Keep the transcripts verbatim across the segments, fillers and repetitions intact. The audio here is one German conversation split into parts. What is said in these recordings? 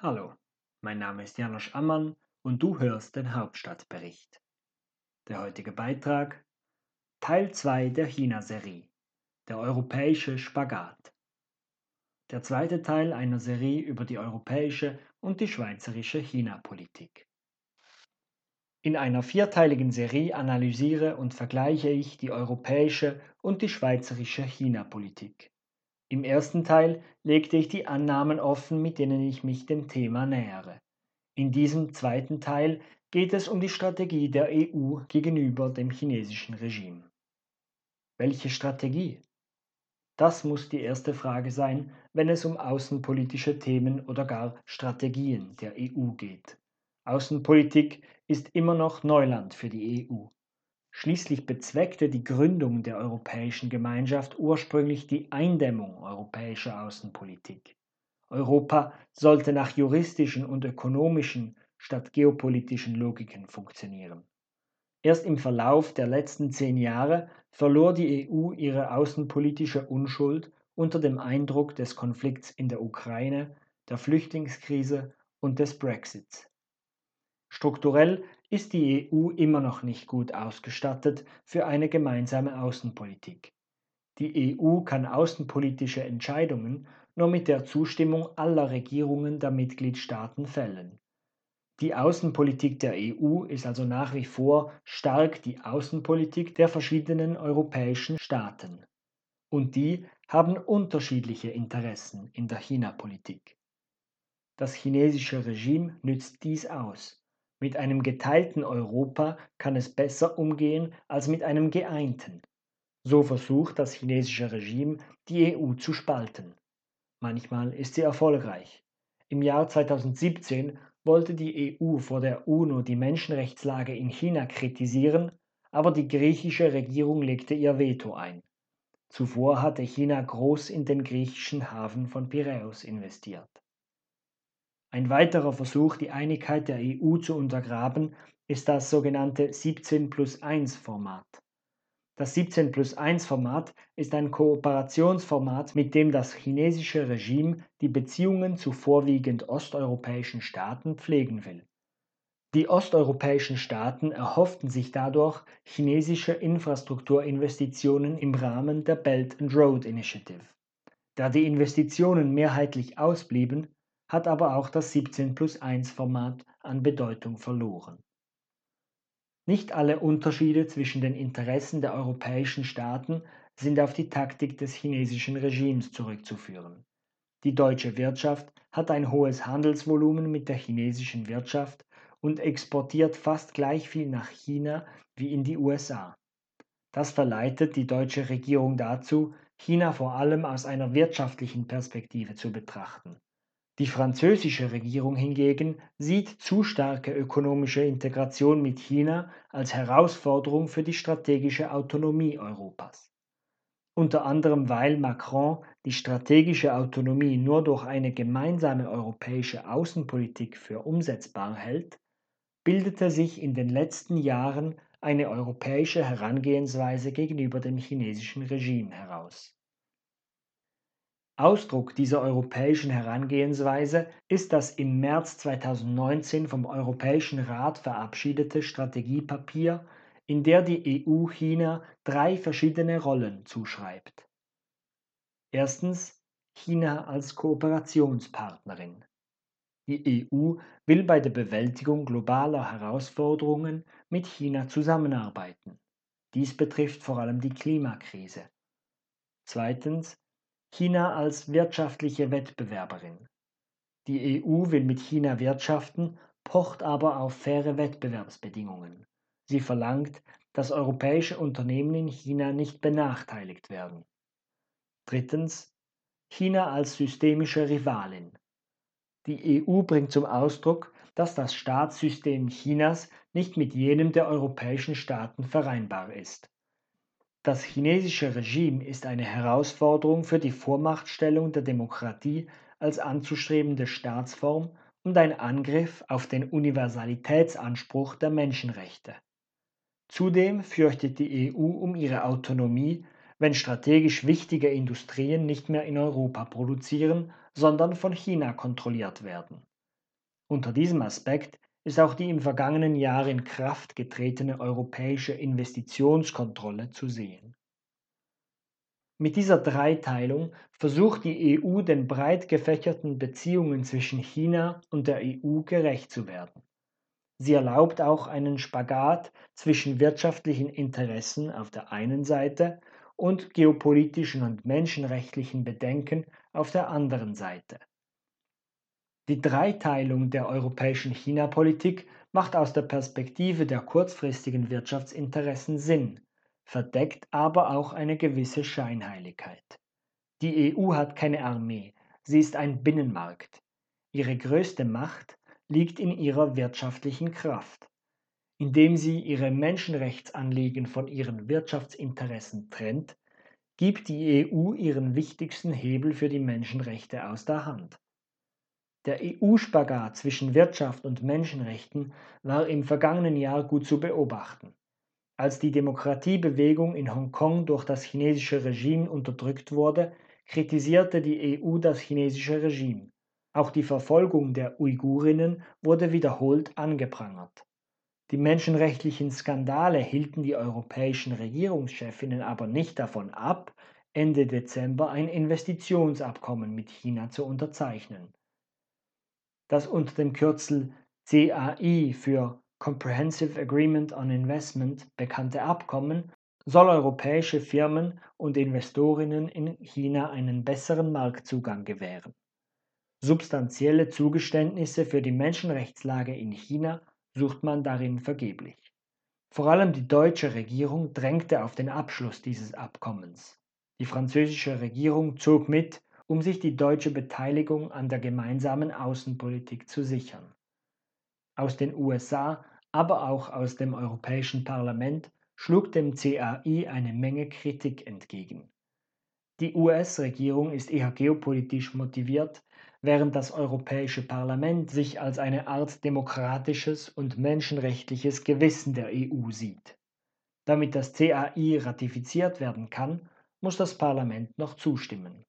Hallo, mein Name ist Janosch Ammann und du hörst den Hauptstadtbericht. Der heutige Beitrag: Teil zwei der China-Serie, der europäische Spagat. Der zweite Teil einer Serie über die europäische und die schweizerische China-Politik. In einer vierteiligen Serie analysiere und vergleiche ich die europäische und die schweizerische China-Politik. Im ersten Teil legte ich die Annahmen offen, mit denen ich mich dem Thema nähere. In diesem zweiten Teil geht es um die Strategie der E U gegenüber dem chinesischen Regime. Welche Strategie? Das muss die erste Frage sein, wenn es um außenpolitische Themen oder gar Strategien der E U geht. Außenpolitik ist immer noch Neuland für die E U. Schließlich bezweckte die Gründung der Europäischen Gemeinschaft ursprünglich die Eindämmung europäischer Außenpolitik. Europa sollte nach juristischen und ökonomischen statt geopolitischen Logiken funktionieren. Erst im Verlauf der letzten zehn Jahre verlor die E U ihre außenpolitische Unschuld unter dem Eindruck des Konflikts in der Ukraine, der Flüchtlingskrise und des Brexits. Strukturell ist die E U immer noch nicht gut ausgestattet für eine gemeinsame Außenpolitik. Die E U kann außenpolitische Entscheidungen nur mit der Zustimmung aller Regierungen der Mitgliedstaaten fällen. Die Außenpolitik der E U ist also nach wie vor stark die Außenpolitik der verschiedenen europäischen Staaten. Und die haben unterschiedliche Interessen in der China-Politik. Das chinesische Regime nützt dies aus. Mit einem geteilten Europa kann es besser umgehen als mit einem geeinten. So versucht das chinesische Regime, die E U zu spalten. Manchmal ist sie erfolgreich. Im Jahr zweitausendsiebzehn wollte die E U vor der UNO die Menschenrechtslage in China kritisieren, aber die griechische Regierung legte ihr Veto ein. Zuvor hatte China groß in den griechischen Hafen von Piräus investiert. Ein weiterer Versuch, die Einigkeit der E U zu untergraben, ist das sogenannte siebzehn plus eins Format. Das siebzehn plus eins Format ist ein Kooperationsformat, mit dem das chinesische Regime die Beziehungen zu vorwiegend osteuropäischen Staaten pflegen will. Die osteuropäischen Staaten erhofften sich dadurch chinesische Infrastrukturinvestitionen im Rahmen der Belt and Road Initiative. Da die Investitionen mehrheitlich ausblieben, hat aber auch das siebzehn plus eins Format an Bedeutung verloren. Nicht alle Unterschiede zwischen den Interessen der europäischen Staaten sind auf die Taktik des chinesischen Regimes zurückzuführen. Die deutsche Wirtschaft hat ein hohes Handelsvolumen mit der chinesischen Wirtschaft und exportiert fast gleich viel nach China wie in die U S A. Das verleitet die deutsche Regierung dazu, China vor allem aus einer wirtschaftlichen Perspektive zu betrachten. Die französische Regierung hingegen sieht zu starke ökonomische Integration mit China als Herausforderung für die strategische Autonomie Europas. Unter anderem weil Macron die strategische Autonomie nur durch eine gemeinsame europäische Außenpolitik für umsetzbar hält, bildete sich in den letzten Jahren eine europäische Herangehensweise gegenüber dem chinesischen Regime heraus. Ausdruck dieser europäischen Herangehensweise ist das im März zweitausendneunzehn vom Europäischen Rat verabschiedete Strategiepapier, in der die E U China drei verschiedene Rollen zuschreibt. Erstens China als Kooperationspartnerin. Die E U will bei der Bewältigung globaler Herausforderungen mit China zusammenarbeiten. Dies betrifft vor allem die Klimakrise. Zweitens China als wirtschaftliche Wettbewerberin. Die E U will mit China wirtschaften, pocht aber auf faire Wettbewerbsbedingungen. Sie verlangt, dass europäische Unternehmen in China nicht benachteiligt werden. Drittens China als systemische Rivalin. Die E U bringt zum Ausdruck, dass das Staatssystem Chinas nicht mit jenem der europäischen Staaten vereinbar ist. Das chinesische Regime ist eine Herausforderung für die Vormachtstellung der Demokratie als anzustrebende Staatsform und ein Angriff auf den Universalitätsanspruch der Menschenrechte. Zudem fürchtet die E U um ihre Autonomie, wenn strategisch wichtige Industrien nicht mehr in Europa produzieren, sondern von China kontrolliert werden. Unter diesem Aspekt ist auch die im vergangenen Jahr in Kraft getretene europäische Investitionskontrolle zu sehen. Mit dieser Dreiteilung versucht die E U den breit gefächerten Beziehungen zwischen China und der E U gerecht zu werden. Sie erlaubt auch einen Spagat zwischen wirtschaftlichen Interessen auf der einen Seite und geopolitischen und menschenrechtlichen Bedenken auf der anderen Seite. Die Dreiteilung der europäischen China-Politik macht aus der Perspektive der kurzfristigen Wirtschaftsinteressen Sinn, verdeckt aber auch eine gewisse Scheinheiligkeit. Die E U hat keine Armee, sie ist ein Binnenmarkt. Ihre größte Macht liegt in ihrer wirtschaftlichen Kraft. Indem sie ihre Menschenrechtsanliegen von ihren Wirtschaftsinteressen trennt, gibt die E U ihren wichtigsten Hebel für die Menschenrechte aus der Hand. Der E U-Spagat zwischen Wirtschaft und Menschenrechten war im vergangenen Jahr gut zu beobachten. Als die Demokratiebewegung in Hongkong durch das chinesische Regime unterdrückt wurde, kritisierte die E U das chinesische Regime. Auch die Verfolgung der Uigurinnen wurde wiederholt angeprangert. Die menschenrechtlichen Skandale hielten die europäischen Regierungschefinnen aber nicht davon ab, Ende Dezember ein Investitionsabkommen mit China zu unterzeichnen. Das unter dem Kürzel C A I für Comprehensive Agreement on Investment bekannte Abkommen soll europäische Firmen und Investorinnen in China einen besseren Marktzugang gewähren. Substanzielle Zugeständnisse für die Menschenrechtslage in China sucht man darin vergeblich. Vor allem die deutsche Regierung drängte auf den Abschluss dieses Abkommens. Die französische Regierung zog mit, um sich die deutsche Beteiligung an der gemeinsamen Außenpolitik zu sichern. Aus den U S A, aber auch aus dem Europäischen Parlament schlug dem C A I eine Menge Kritik entgegen. Die U S-Regierung ist eher geopolitisch motiviert, während das Europäische Parlament sich als eine Art demokratisches und menschenrechtliches Gewissen der E U sieht. Damit das C A I ratifiziert werden kann, muss das Parlament noch zustimmen.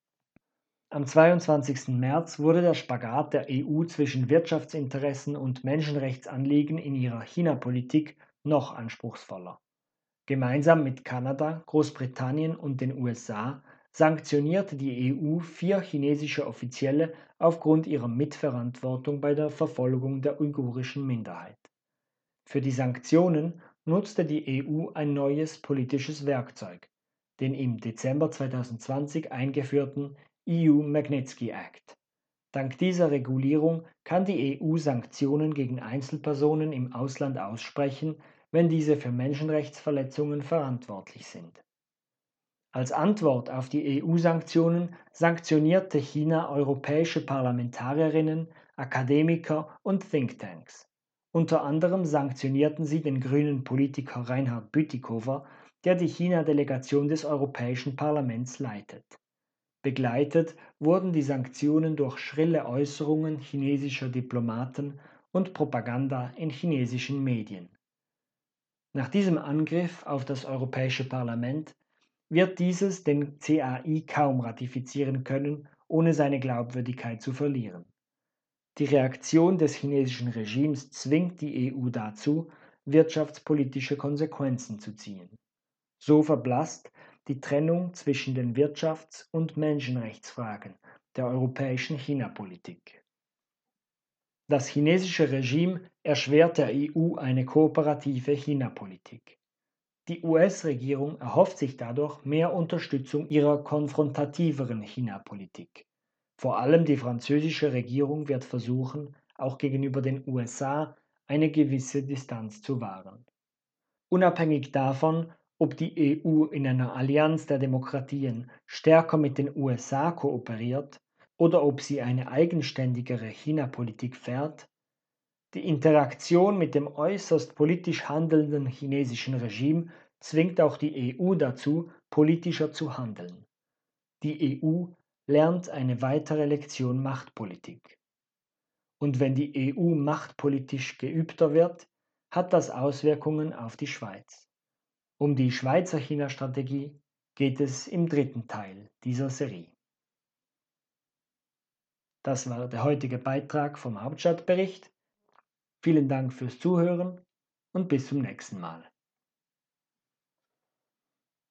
Am zweiundzwanzigsten März wurde der Spagat der E U zwischen Wirtschaftsinteressen und Menschenrechtsanliegen in ihrer China-Politik noch anspruchsvoller. Gemeinsam mit Kanada, Großbritannien und den U S A sanktionierte die E U vier chinesische Offizielle aufgrund ihrer Mitverantwortung bei der Verfolgung der uigurischen Minderheit. Für die Sanktionen nutzte die E U ein neues politisches Werkzeug, den im Dezember zweitausendzwanzig eingeführten E U Magnitsky Act. Dank dieser Regulierung kann die E U Sanktionen gegen Einzelpersonen im Ausland aussprechen, wenn diese für Menschenrechtsverletzungen verantwortlich sind. Als Antwort auf die E U-Sanktionen sanktionierte China europäische Parlamentarierinnen, Akademiker und Thinktanks. Unter anderem sanktionierten sie den grünen Politiker Reinhard Bütikofer, der die China-Delegation des Europäischen Parlaments leitet. Begleitet wurden die Sanktionen durch schrille Äußerungen chinesischer Diplomaten und Propaganda in chinesischen Medien. Nach diesem Angriff auf das Europäische Parlament wird dieses den C A I kaum ratifizieren können, ohne seine Glaubwürdigkeit zu verlieren. Die Reaktion des chinesischen Regimes zwingt die E U dazu, wirtschaftspolitische Konsequenzen zu ziehen. So verblasst die Trennung zwischen den Wirtschafts- und Menschenrechtsfragen der europäischen China-Politik. Das chinesische Regime erschwert der E U eine kooperative China-Politik. Die U S-Regierung erhofft sich dadurch mehr Unterstützung ihrer konfrontativeren China-Politik. Vor allem die französische Regierung wird versuchen, auch gegenüber den U S A eine gewisse Distanz zu wahren. Unabhängig davon, ob die E U in einer Allianz der Demokratien stärker mit den U S A kooperiert oder ob sie eine eigenständigere China-Politik fährt, die Interaktion mit dem äußerst politisch handelnden chinesischen Regime zwingt auch die E U dazu, politischer zu handeln. Die E U lernt eine weitere Lektion Machtpolitik. Und wenn die E U machtpolitisch geübter wird, hat das Auswirkungen auf die Schweiz. Um die Schweizer China-Strategie geht es im dritten Teil dieser Serie. Das war der heutige Beitrag vom Hauptstadtbericht. Vielen Dank fürs Zuhören und bis zum nächsten Mal.